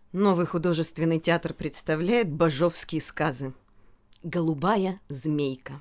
Новый художественный театр представляет бажовские сказы. «Голубая змейка».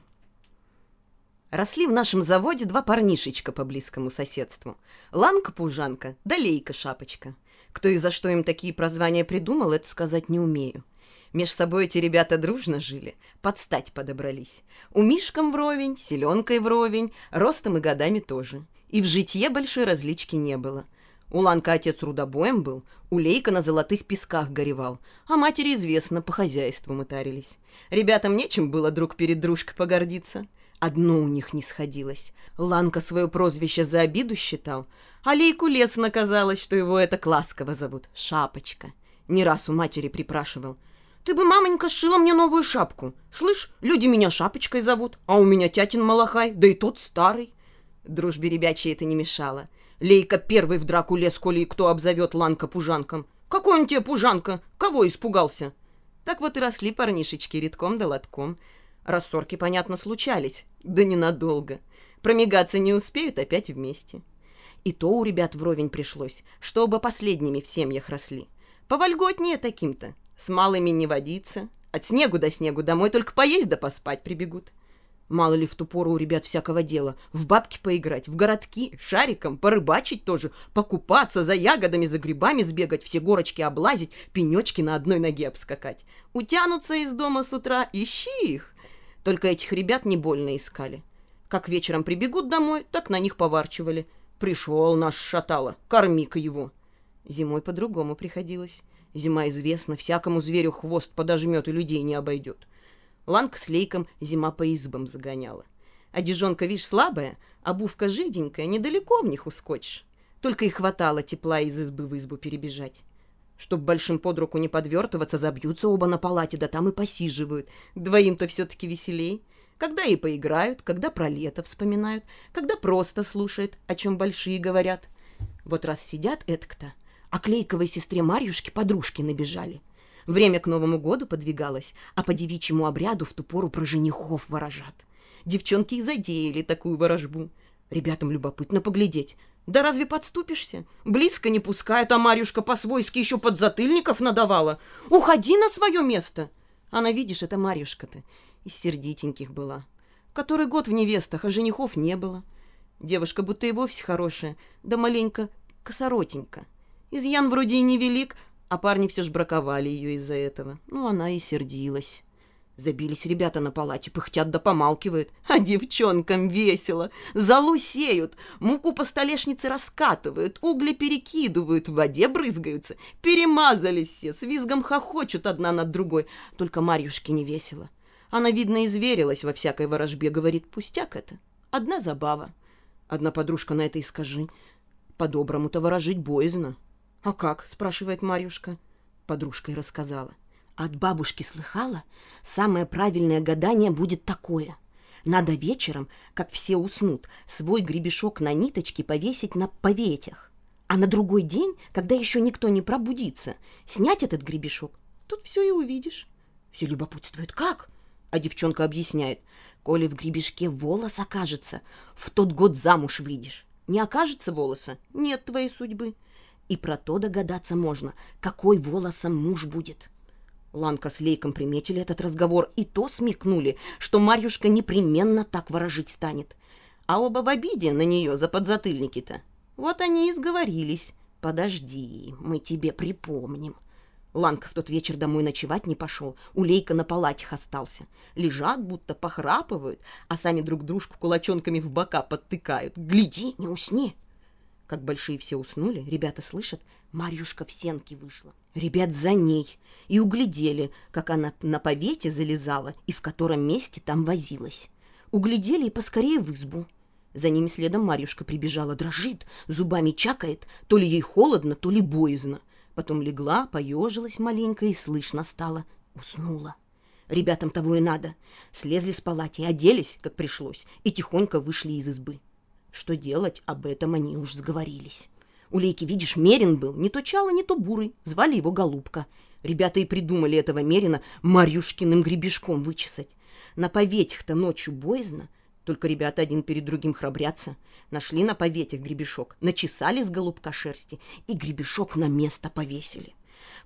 Росли в нашем заводе два парнишечка по близкому соседству. Ланка-пужанка да Лейка-шапочка. Кто и за что им такие прозвания придумал, это сказать не умею. Меж собой эти ребята дружно жили, под стать подобрались. Умишком вровень, селенкой вровень, ростом и годами тоже. И в житье большой различки не было. У Ланка отец рудобоем был, у Лейка на золотых песках горевал, а матери известно, по хозяйству мытарились. Ребятам нечем было друг перед дружкой погордиться. Одно у них не сходилось. Ланка свое прозвище за обиду считал, а Лейку лестно казалось, что его это ласково зовут — Шапочка. Не раз у матери припрашивал: «Ты бы, мамонька, сшила мне новую шапку. Слышь, люди меня Шапочкой зовут, а у меня тятин Малахай, да и тот старый». Дружбе ребячей это не мешало. Лейка первый в драку лез, коли и кто обзовет Ланка пужанком. «Какой он тебе пужанка? Кого испугался?» Так вот и росли парнишечки редком да лотком. Рассорки, понятно, случались, да ненадолго. Промигаться не успеют, опять вместе. И то у ребят вровень пришлось, что оба последними в семьях росли. Повольготнее таким-то. С малыми не водиться. От снегу до снегу домой только поесть да поспать прибегут. Мало ли в ту пору у ребят всякого дела. В бабки поиграть, в городки, шариком, порыбачить тоже, покупаться, за ягодами, за грибами сбегать, все горочки облазить, пенечки на одной ноге обскакать. Утянутся из дома с утра, ищи их. Только этих ребят не больно искали. Как вечером прибегут домой, так на них поварчивали. Пришел наш шатало, корми-ка его. Зимой по-другому приходилось. Зима, известно, всякому зверю хвост подожмет и людей не обойдет. Ланка с Лейком зима по избам загоняла. Одежонка, вишь, слабая, обувка жиденькая, недалеко в них ускочишь. Только и хватало тепла из избы в избу перебежать. Чтоб большим под руку не подвертываться, забьются оба на палате, да там и посиживают. Двоим-то все-таки веселей. Когда и поиграют, когда про лето вспоминают, когда просто слушают, о чем большие говорят. Вот раз сидят этак-то, а к Лейковой сестре Марьюшке подружки набежали. Время к Новому году подвигалось, а по девичьему обряду в ту пору про женихов ворожат. Девчонки и затеяли такую ворожбу. Ребятам любопытно поглядеть. Да разве подступишься? Близко не пускают, а Марьюшка по-свойски еще подзатыльников надавала. «Уходи на свое место!» Она, видишь, это Марьюшка-то из сердитеньких была. Который год в невестах, а женихов не было. Девушка будто и вовсе хорошая, да маленько косоротенька. Изъян вроде и невелик, а парни все ж браковали ее из-за этого. Ну, она и сердилась. Забились ребята на палате, пыхтят да помалкивают. А девчонкам весело. Золу сеют, муку по столешнице раскатывают, угли перекидывают, в воде брызгаются. Перемазались все, с визгом хохочут одна над другой. Только Марьюшке не весело. Она, видно, изверилась во всякой ворожбе. Говорит, пустяк это, одна забава. Одна подружка на это и скажи: по-доброму-то ворожить боязно. «А как?» — спрашивает Марьюшка. Подружка и рассказала. От бабушки слыхала, самое правильное гадание будет такое. Надо вечером, как все уснут, свой гребешок на ниточке повесить на поветях. А на другой день, когда еще никто не пробудится, снять этот гребешок. Тут все и увидишь. Все любопытствуют, как? А девчонка объясняет. Коли в гребешке волос окажется, в тот год замуж выйдешь. Не окажется волоса — нет твоей судьбы. И про то догадаться можно, какой волосом муж будет. Ланка с Лейком приметили этот разговор и то смекнули, что Марьюшка непременно так ворожить станет. А оба в обиде на нее за подзатыльники-то. Вот они и сговорились. «Подожди, мы тебе припомним». Ланка в тот вечер домой ночевать не пошел, у Лейка на палатях остался. Лежат, будто похрапывают, а сами друг дружку кулачонками в бока подтыкают. «Гляди, не усни!» Как большие все уснули, ребята слышат, Марьюшка в сенки вышла. Ребят за ней и углядели, как она на повете залезала и в котором месте там возилась. Углядели и поскорее в избу. За ними следом Марьюшка прибежала, дрожит, зубами чакает, то ли ей холодно, то ли боязно. Потом легла, поежилась маленько и слышно стало. Уснула. Ребятам того и надо. Слезли с палати, оделись, как пришлось, и тихонько вышли из избы. Что делать, об этом они уж сговорились. У Лейки, видишь, мерин был, не то чало, не то бурый, звали его Голубка. Ребята и придумали этого мерина Марьюшкиным гребешком вычесать. На поветях-то ночью боязно, только ребята один перед другим храбрятся. Нашли на поветях гребешок, начесали с Голубка шерсти и гребешок на место повесили.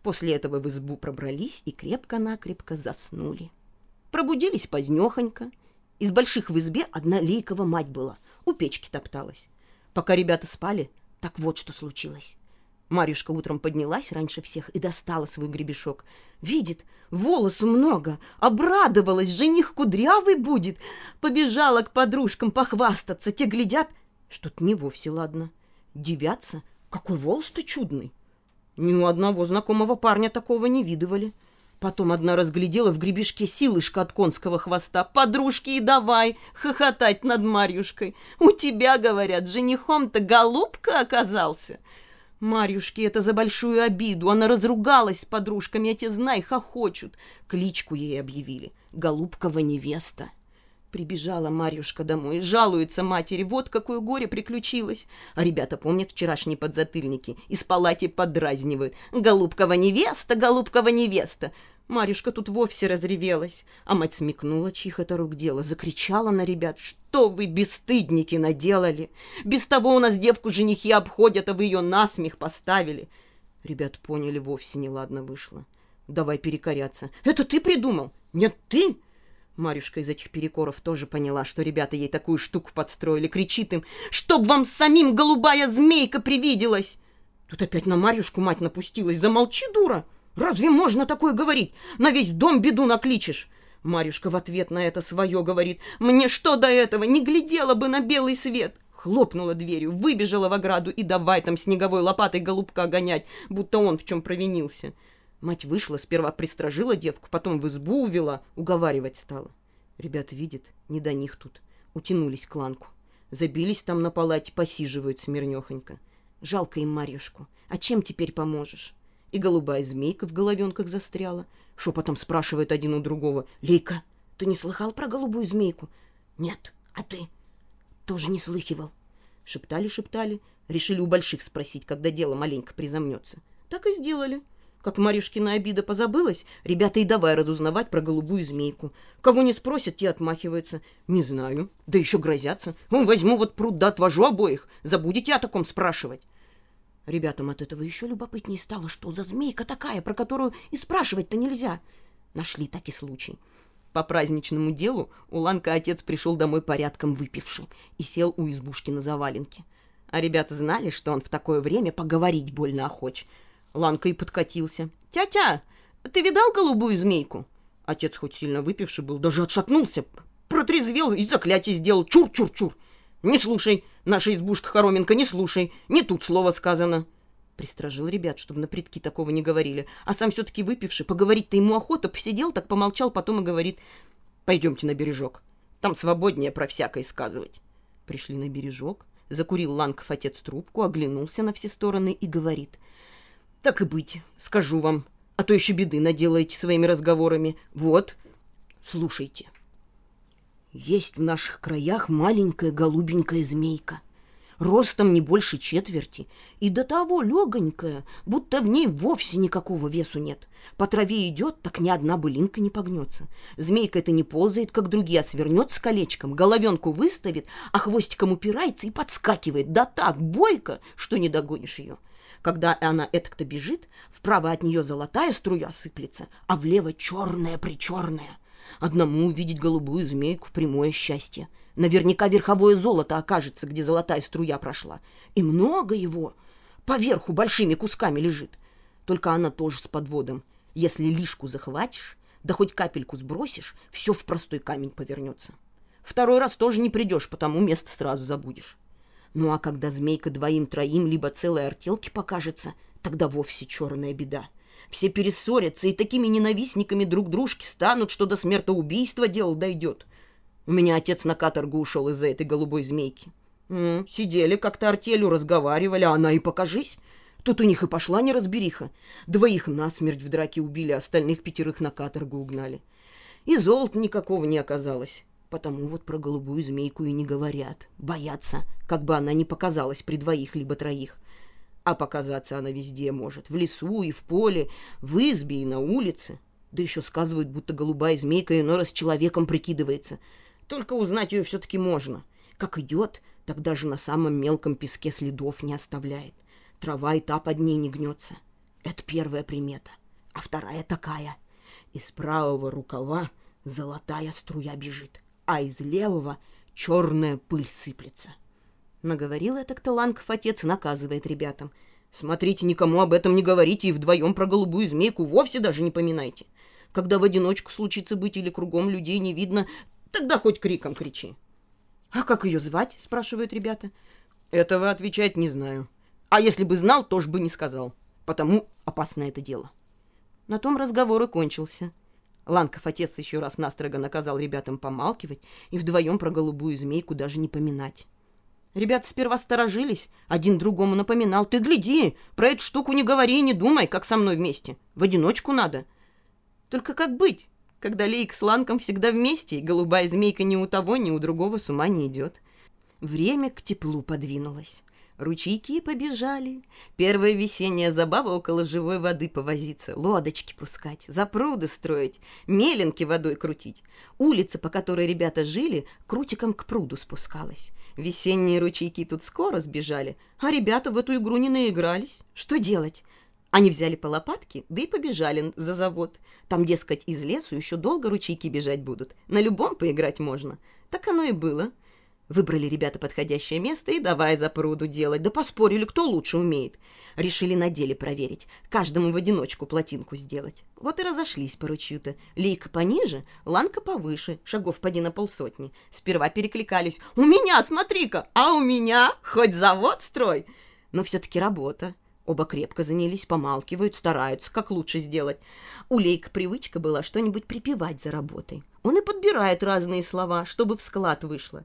После этого в избу пробрались и крепко-накрепко заснули. Пробудились позднехонько. Из больших в избе одна Лейкова мать была, у печки топталась. Пока ребята спали, так вот что случилось. Марьюшка утром поднялась раньше всех и достала свой гребешок. Видит, волосу много, обрадовалась, жених кудрявый будет. Побежала к подружкам похвастаться, те глядят, что-то не вовсе ладно. Дивятся, какой волос-то чудный. Ни у одного знакомого парня такого не видывали. Потом одна разглядела в гребешке силышко от конского хвоста. Подружки и давай хохотать над Марьюшкой. У тебя, говорят, женихом-то голубка оказался. Марьюшке это за большую обиду. Она разругалась с подружками, а те, знай, хохочут. Кличку ей объявили — Голубкова невеста. Прибежала Марьюшка домой и жалуется матери. Вот какое горе приключилось. А ребята помнят вчерашние подзатыльники. Из палати подразнивают. Голубкова невеста, Голубкова невеста. Марьюшка тут вовсе разревелась. А мать смекнула, чьих это рук дело. Закричала на ребят. Что вы, бесстыдники, наделали? Без того у нас девку женихи обходят, а вы ее насмех поставили. Ребят поняли, вовсе неладно вышло. Давай перекоряться. Это ты придумал? Нет, ты? Марьюшка из этих перекоров тоже поняла, что ребята ей такую штуку подстроили. Кричит им, чтоб вам самим голубая змейка привиделась. Тут опять на Марьюшку мать напустилась. Замолчи, дура! Разве можно такое говорить? На весь дом беду накличешь. Марьюшка в ответ на это свое говорит. Мне что до этого? Не глядела бы на белый свет. Хлопнула дверью, выбежала в ограду и давай там снеговой лопатой голубка гонять, будто он в чем провинился. Мать вышла, сперва пристражила девку, потом в избу увела, уговаривать стала. Ребята видят, не до них тут. Утянулись к ланку. Забились там на палате, посиживают смирнехонько. Жалко им Марьюшку. А чем теперь поможешь? И голубая змейка в головенках застряла. Шепотом спрашивает один у другого. Лейка, ты не слыхал про голубую змейку? Нет, а ты? Тоже не слыхивал. Шептали, решили у больших спросить, когда дело маленько призамнется. Так и сделали. Как Марьюшкина обида позабылась, ребята и давай разузнавать про голубую змейку. Кого не спросят, те отмахиваются. Не знаю, да еще грозятся. Возьму вот пруд да отвожу обоих. Забудете о таком спрашивать? Ребятам от этого еще любопытнее стало, что за змейка такая, про которую и спрашивать-то нельзя. Нашли таки случай. По праздничному делу у Ланка отец пришел домой порядком выпивший и сел у избушки на заваленке. А ребята знали, что он в такое время поговорить больно охоч. Ланка и подкатился. «Тятя, ты видал голубую змейку?» Отец хоть сильно выпивший был, даже отшатнулся, протрезвел и заклятие сделал. Чур-чур-чур. «Не слушай, наша избушка Хороменко, не слушай, не тут слово сказано». Пристражил ребят, чтобы на предки такого не говорили, а сам все-таки выпивший, поговорить-то ему охота, посидел, так помолчал, потом и говорит: «Пойдемте на бережок, там свободнее про всякое сказывать». Пришли на бережок, закурил Ланков отец трубку, оглянулся на все стороны и говорит: «Так и быть, скажу вам, а то еще беды наделаете своими разговорами. Вот, слушайте. Есть в наших краях маленькая голубенькая змейка, ростом не больше четверти, и до того легонькая, будто в ней вовсе никакого весу нет. По траве идет, так ни одна былинка не погнется. Змейка эта не ползает, как другие, а свернется колечком, головенку выставит, а хвостиком упирается и подскакивает, да так бойко, что не догонишь ее. Когда она этак-то бежит, вправо от нее золотая струя сыплется, а влево черная-причерная. Одному увидеть голубую змейку — прямое счастье. Наверняка верховое золото окажется, где золотая струя прошла. И много его. Поверху большими кусками лежит. Только она тоже с подводом. Если лишку захватишь, да хоть капельку сбросишь, все в простой камень повернется. Второй раз тоже не придешь, потому место сразу забудешь. Ну а когда змейка двоим-троим либо целой артелке покажется, тогда вовсе черная беда. Все перессорятся и такими ненавистниками друг дружки станут, что до смертоубийства дело дойдет. У меня отец на каторгу ушел из-за этой голубой змейки. Сидели как-то артелью, разговаривали, а она и покажись. Тут у них и пошла неразбериха. Двоих насмерть в драке убили, остальных 5 на каторгу угнали. И золота никакого не оказалось. Потому вот про голубую змейку и не говорят. Боятся, как бы она ни показалась при 2 либо 3. А показаться она везде может. В лесу и в поле, в избе и на улице. Да еще сказывают, будто голубая змейка иной раз человеком прикидывается. Только узнать ее все-таки можно. Как идет, так даже на самом мелком песке следов не оставляет. Трава и та под ней не гнется. Это первая примета. А вторая такая. Из правого рукава золотая струя бежит, а из левого черная пыль сыплется. Наговорил это Ктыланков отец и наказывает ребятам. Смотрите, никому об этом не говорите и вдвоем про голубую змейку вовсе даже не поминайте. Когда в одиночку случится быть или кругом людей не видно, тогда хоть криком кричи. «А как ее звать?» – спрашивают ребята. «Этого отвечать не знаю. А если бы знал, тоже бы не сказал. Потому опасно это дело». На том разговор и кончился. Ланков отец еще раз настрого наказал ребятам помалкивать и вдвоем про голубую змейку даже не поминать. Ребята сперва сторожились, один другому напоминал: «Ты гляди, про эту штуку не говори и не думай, как со мной вместе. В одиночку надо». Только как быть, когда Лейка с Ланком всегда вместе, и голубая змейка ни у того, ни у другого с ума не идет? Время к теплу подвинулось. Ручейки побежали. Первая весенняя забава около живой воды повозиться, лодочки пускать, запруды строить, меленки водой крутить. Улица, по которой ребята жили, крутиком к пруду спускалась. Весенние ручейки тут скоро сбежали, а ребята в эту игру не наигрались. Что делать? Они взяли по лопатке, да и побежали за завод. Там, дескать, из лесу еще долго ручейки бежать будут. На любом поиграть можно. Так оно и было. Выбрали ребята подходящее место и давай за пруду делать. Да поспорили, кто лучше умеет. Решили на деле проверить. Каждому в одиночку плотинку сделать. Вот и разошлись по ручью-то. Лейка пониже, Ланка повыше, шагов поди на полсотни. Сперва перекликались: «У меня, смотри-ка! А у меня? Хоть завод строй!» Но все-таки работа. Оба крепко занялись, помалкивают, стараются, как лучше сделать. У Лейка привычка была что-нибудь припевать за работой. Он и подбирает разные слова, чтобы в склад вышло.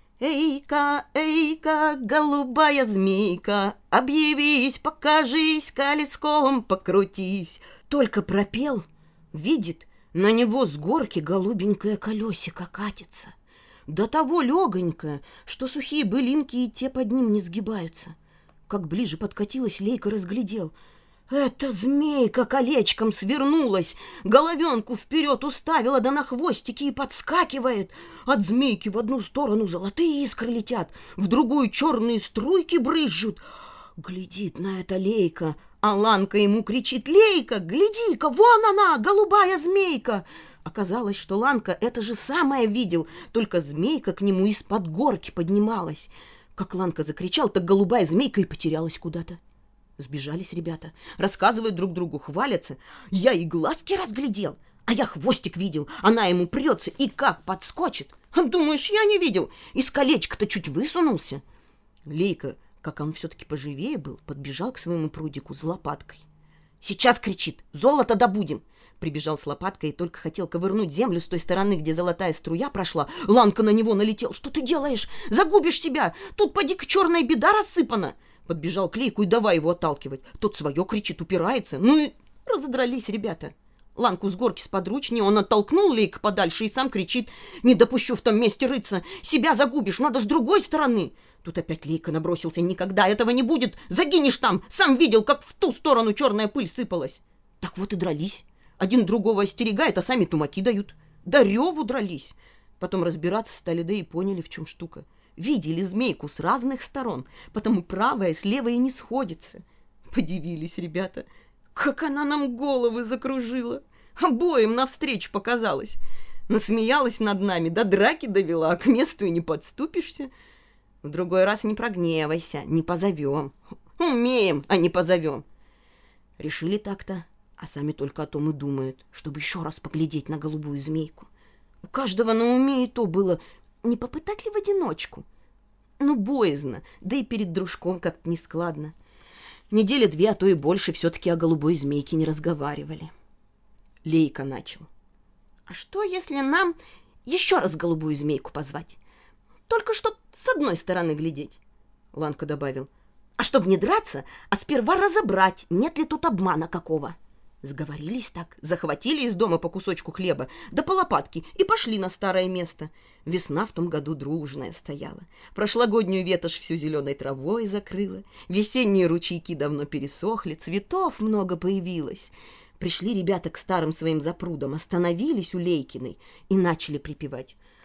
«Эйка, эйка, голубая змейка, объявись, покажись, колеском покрутись». Только пропел, видит, на него с горки голубенькое колесико катится. До того легонькое, что сухие былинки и те под ним не сгибаются. Как ближе подкатилась, Лейка разглядел. Эта змейка колечком свернулась, головенку вперед уставила, да на хвостике и подскакивает. От змейки в одну сторону золотые искры летят, в другую черные струйки брызжут. Глядит на это Лейка, а Ланка ему кричит: «Лейка, гляди-ка, вон она, голубая змейка!» Оказалось, что Ланка это же самое видел, только змейка к нему из-под горки поднималась. Как Ланка закричал, так голубая змейка и потерялась куда-то. Сбежались ребята, рассказывают друг другу, хвалятся. «Я и глазки разглядел, а я хвостик видел, она ему прется и как подскочит. Думаешь, я не видел? Из колечка-то чуть высунулся». Лейка, как он все-таки поживее был, подбежал к своему прудику с лопаткой. «Сейчас!» — кричит: «Золото добудем!» Прибежал с лопаткой и только хотел ковырнуть землю с той стороны, где золотая струя прошла. Ланка на него налетел: «Что ты делаешь? Загубишь себя! Тут поди-ка черная беда рассыпана!» Подбежал к Лейку и давай его отталкивать. Тот свое кричит, упирается. Ну и разодрались ребята. Ланку с горки сподручнее, он оттолкнул Лейка подальше и сам кричит: «Не допущу в том месте рыться! Себя загубишь, надо с другой стороны!» Тут опять Лейка набросился: «Никогда этого не будет! Загинешь там! Сам видел, как в ту сторону черная пыль сыпалась!» Так вот и дрались. Один другого остерегает, а сами тумаки дают. До реву дрались. Потом разбираться стали, да и поняли, в чем штука. Видели змейку с разных сторон, потому правая с левой и не сходится. Подивились ребята. Как она нам головы закружила! Обоим навстречу показалась. Насмеялась над нами, до драки довела, а к месту и не подступишься. В другой раз не прогневайся, не позовем. Умеем, а не позовем. Решили так-то, а сами только о том и думают, чтобы еще раз поглядеть на голубую змейку. У каждого на уме и то было: не попытать ли в одиночку? Ну, боязно, да и перед дружком как-то нескладно. Недели две, а то и больше все-таки о голубой змейке не разговаривали. Лейка начал: «А что, если нам еще раз голубую змейку позвать? Только чтоб с одной стороны глядеть». Ланка добавил: «А чтоб не драться, а сперва разобрать, нет ли тут обмана какого». Сговорились так, захватили из дома по кусочку хлеба, да по лопатке, и пошли на старое место. Весна в том году дружная стояла. Прошлогоднюю ветошь всю зеленой травой закрыла. Весенние ручейки давно пересохли, цветов много появилось. Пришли ребята к старым своим запрудам, остановились у Лейкиной и начали припевать: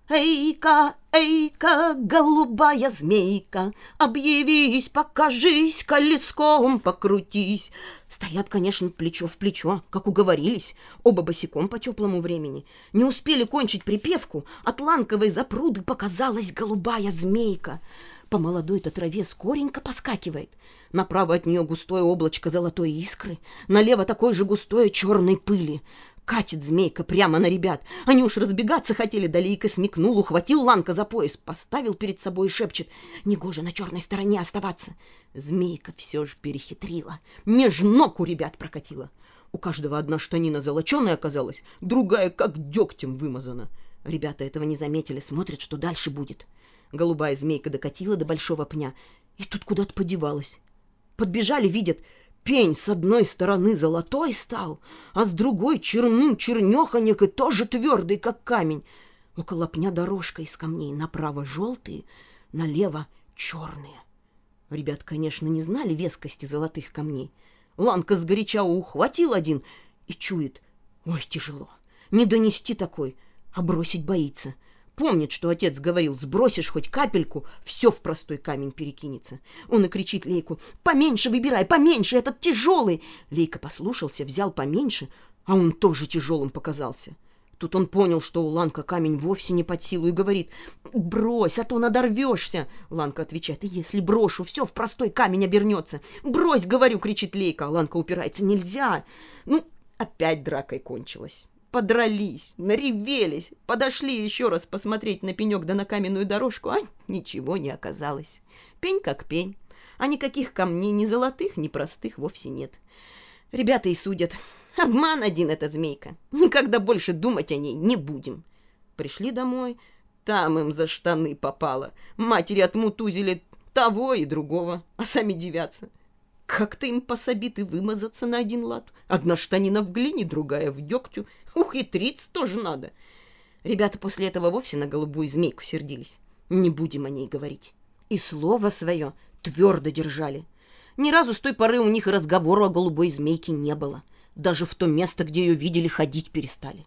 Эйка, эйка, голубая змейка, объявись, покажись, колеском покрутись. Стоят, конечно, плечо в плечо, как уговорились, оба босиком по теплому времени. Не успели кончить припевку, от ланковой запруды показалась голубая змейка. По молодой-то траве скоренько поскакивает. Направо от нее густое облачко золотой искры, налево такой же густое черной пыли. Катит змейка прямо на ребят. Они уж разбегаться хотели, да Лейка смекнул, ухватил Ланка за пояс, поставил перед собой и шепчет: «Негоже на черной стороне оставаться». Змейка все же перехитрила, меж ног у ребят прокатила. У каждого одна штанина золоченая оказалась, другая как дегтем вымазана. Ребята этого не заметили, смотрят, что дальше будет. Голубая змейка докатила до большого пня, и тут куда-то подевалась. Подбежали, видят, пень с одной стороны золотой стал, а с другой черным чернеханек и тоже твердый, как камень. Около пня дорожка из камней, направо желтые, налево черные. Ребят, конечно, не знали вескости золотых камней. Ланка сгоряча ухватил один и чует: ой, тяжело, не донести такой, а бросить боится. Помнит, что отец говорил: сбросишь хоть капельку, все в простой камень перекинется. Он и кричит Лейку: поменьше выбирай, поменьше, этот тяжелый. Лейка послушался, взял поменьше, а он тоже тяжелым показался. Тут он понял, что у Ланка камень вовсе не под силу, и говорит: брось, а то надорвешься. Ланка отвечает: если брошу, все в простой камень обернется. Брось, говорю, кричит Лейка, а Ланка упирается: нельзя. Ну, опять дракой кончилась. Подрались, наревелись, подошли еще раз посмотреть на пенек да на каменную дорожку, а ничего не оказалось. Пень как пень, а никаких камней ни золотых, ни простых вовсе нет. Ребята и судят: обман один эта змейка, никогда больше думать о ней не будем. Пришли домой, там им за штаны попало. Матери отмутузили того и другого, а сами дивятся. Как-то им пособит и вымазаться на один лад. Одна штанина в глине, другая в дегтю. Ухитриться тоже надо. Ребята после этого вовсе на голубую змейку сердились. Не будем о ней говорить. И слово свое твердо держали. Ни разу с той поры у них и разговора о голубой змейке не было. Даже в то место, где ее видели, ходить перестали.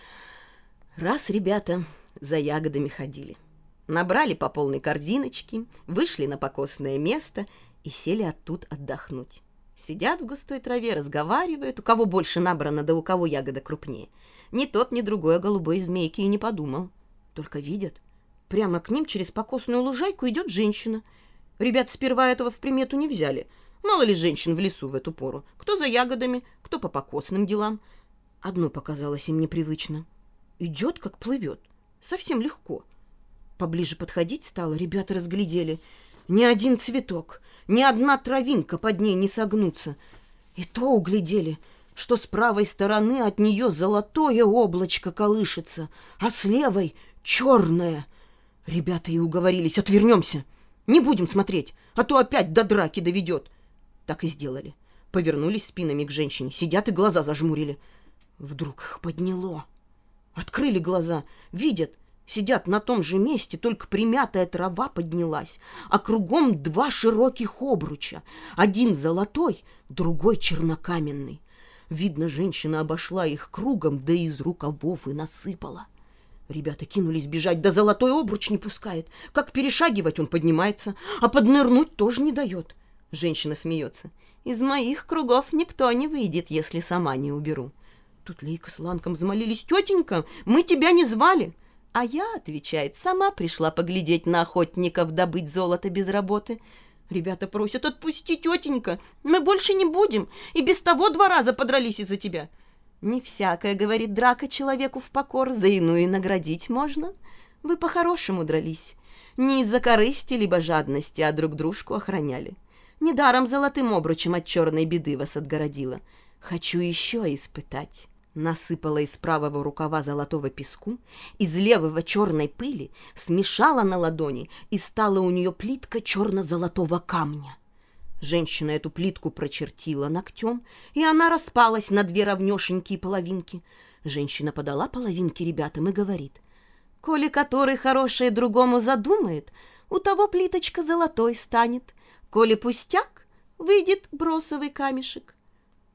Раз ребята за ягодами ходили. Набрали по полной корзиночке, вышли на покосное место и сели оттуда отдохнуть. Сидят в густой траве, разговаривают, у кого больше набрано, да у кого ягода крупнее. Ни тот, ни другой о голубой змейке и не подумал. Только видят, прямо к ним через покосную лужайку идет женщина. Ребят сперва этого в примету не взяли. Мало ли женщин в лесу в эту пору. Кто за ягодами, кто по покосным делам. Одно показалось им непривычно. Идет, как плывет. Совсем легко. Поближе подходить стало, ребята разглядели. Ни один цветок, ни одна травинка под ней не согнутся. И то углядели, что с правой стороны от нее золотое облачко колышется, а с левой черное. Ребята и уговорились: отвернемся, не будем смотреть, а то опять до драки доведет. Так и сделали. Повернулись спинами к женщине, сидят и глаза зажмурили. Вдруг их подняло. Открыли глаза, видят, сидят на том же месте, только примятая трава поднялась, а кругом два широких обруча. Один золотой, другой чернокаменный. Видно, женщина обошла их кругом, да из рукавов и насыпала. Ребята кинулись бежать, да золотой обруч не пускает. Как перешагивать, он поднимается, а поднырнуть тоже не дает. Женщина смеется: из моих кругов никто не выйдет, если сама не уберу. Тут Лейка с Ланком взмолились: тетенька, мы тебя не звали. А я, отвечает, сама пришла поглядеть на охотников, добыть золото без работы. Ребята просят: отпусти, тетенька, мы больше не будем, и без того 2 раза подрались из-за тебя. Не всякая, говорит, драка человеку в покор, за иную и наградить можно. Вы по-хорошему дрались, не из-за корысти либо жадности, а друг дружку охраняли. Недаром золотым обручем от черной беды вас отгородила. Хочу еще испытать. Насыпала из правого рукава золотого песку, из левого черной пыли, смешала на ладони, и стала у нее плитка черно-золотого камня. Женщина эту плитку прочертила ногтем, и она распалась на 2 равнешенькие половинки. Женщина подала половинки ребятам и говорит: коли который хорошее другому задумает, у того плиточка золотой станет, коли пустяк, выйдет бросовый камешек.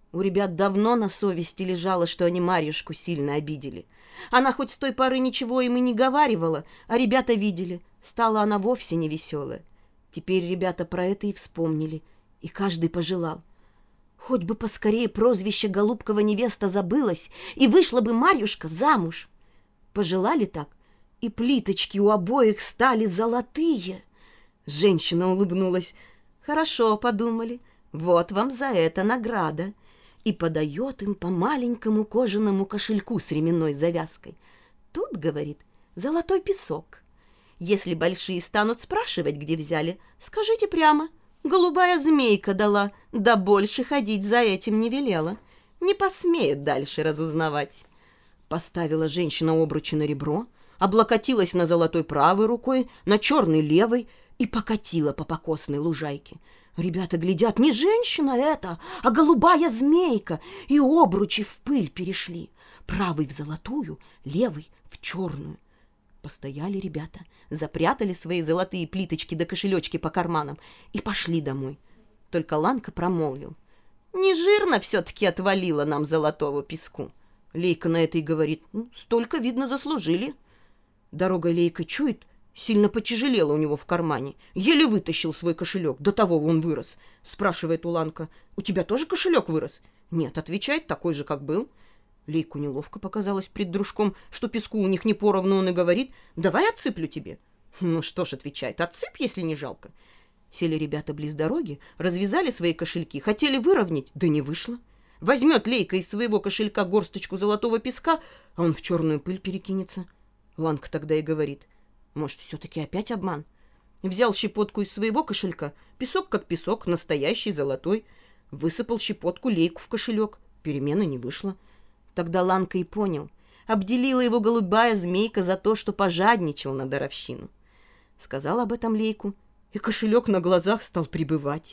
У ребят давно на совести лежало, что они Марьюшку сильно обидели. Она хоть с той поры ничего им и не говаривала, а ребята видели, стала она вовсе не веселая. Теперь ребята про это и вспомнили, и каждый пожелал. Хоть бы поскорее прозвище Голубкова невеста забылось, и вышла бы Марьюшка замуж. Пожелали так, и плиточки у обоих стали золотые. Женщина улыбнулась. «Хорошо, — подумали, — вот вам за это награда». И подает им по маленькому кожаному кошельку с ременной завязкой. Тут, говорит, золотой песок. Если большие станут спрашивать, где взяли, скажите прямо: голубая змейка дала, да больше ходить за этим не велела. Не посмеют дальше разузнавать. Поставила женщина обручи на ребро, облокотилась на золотой правой рукой, на черной левой и покатила по покосной лужайке. Ребята глядят, не женщина это, а голубая змейка, и обручи в пыль перешли. Правый в золотую, левый в черную. Постояли ребята, запрятали свои золотые плиточки да кошелечки по карманам и пошли домой. Только Ланка промолвил: «Не жирно все-таки отвалило нам золотого песку». Лейка на это и говорит: «Столько, видно, заслужили». Дорогой Лейка чует, сильно потяжелело у него в кармане. Еле вытащил свой кошелек, до того он вырос. Спрашивает у Ланка: «У тебя тоже кошелек вырос?» «Нет», — отвечает, — «такой же, как был». Лейку неловко показалось пред дружком, что песку у них не поровну, он и говорит: «Давай отсыплю тебе». «Ну что ж», — отвечает, — «отсыпь, если не жалко». Сели ребята близ дороги, развязали свои кошельки, хотели выровнять, да не вышло. Возьмет Лейка из своего кошелька горсточку золотого песка, а он в черную пыль перекинется. Ланка тогда и говорит: «Может, все-таки опять обман?» Взял щепотку из своего кошелька, песок как песок, настоящий, золотой. Высыпал щепотку Лейку в кошелек, перемена не вышла. Тогда Ланка и понял, обделила его голубая змейка за то, что пожадничал на даровщину. Сказал об этом Лейку, и кошелек на глазах стал прибывать.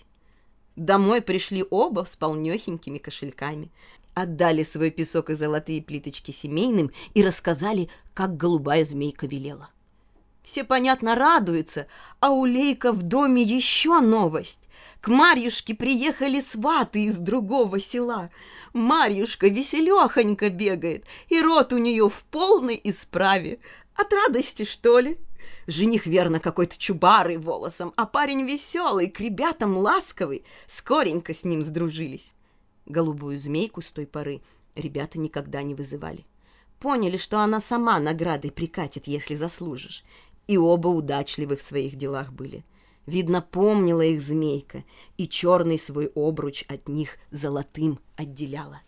Домой пришли оба с полнехенькими кошельками, отдали свой песок и золотые плиточки семейным и рассказали, как голубая змейка велела. Все, понятно, радуются, а у Лейка в доме еще новость. К Марьюшке приехали сваты из другого села. Марьюшка веселехонько бегает, и рот у нее в полной исправе. От радости, что ли? Жених, верно, какой-то чубарый волосом, а парень веселый, к ребятам ласковый. Скоренько с ним сдружились. Голубую змейку с той поры ребята никогда не вызывали. Поняли, что она сама наградой прикатит, если заслужишь. И оба удачливы в своих делах были. Видно, помнила их змейка, и черный свой обруч от них золотым отделяла.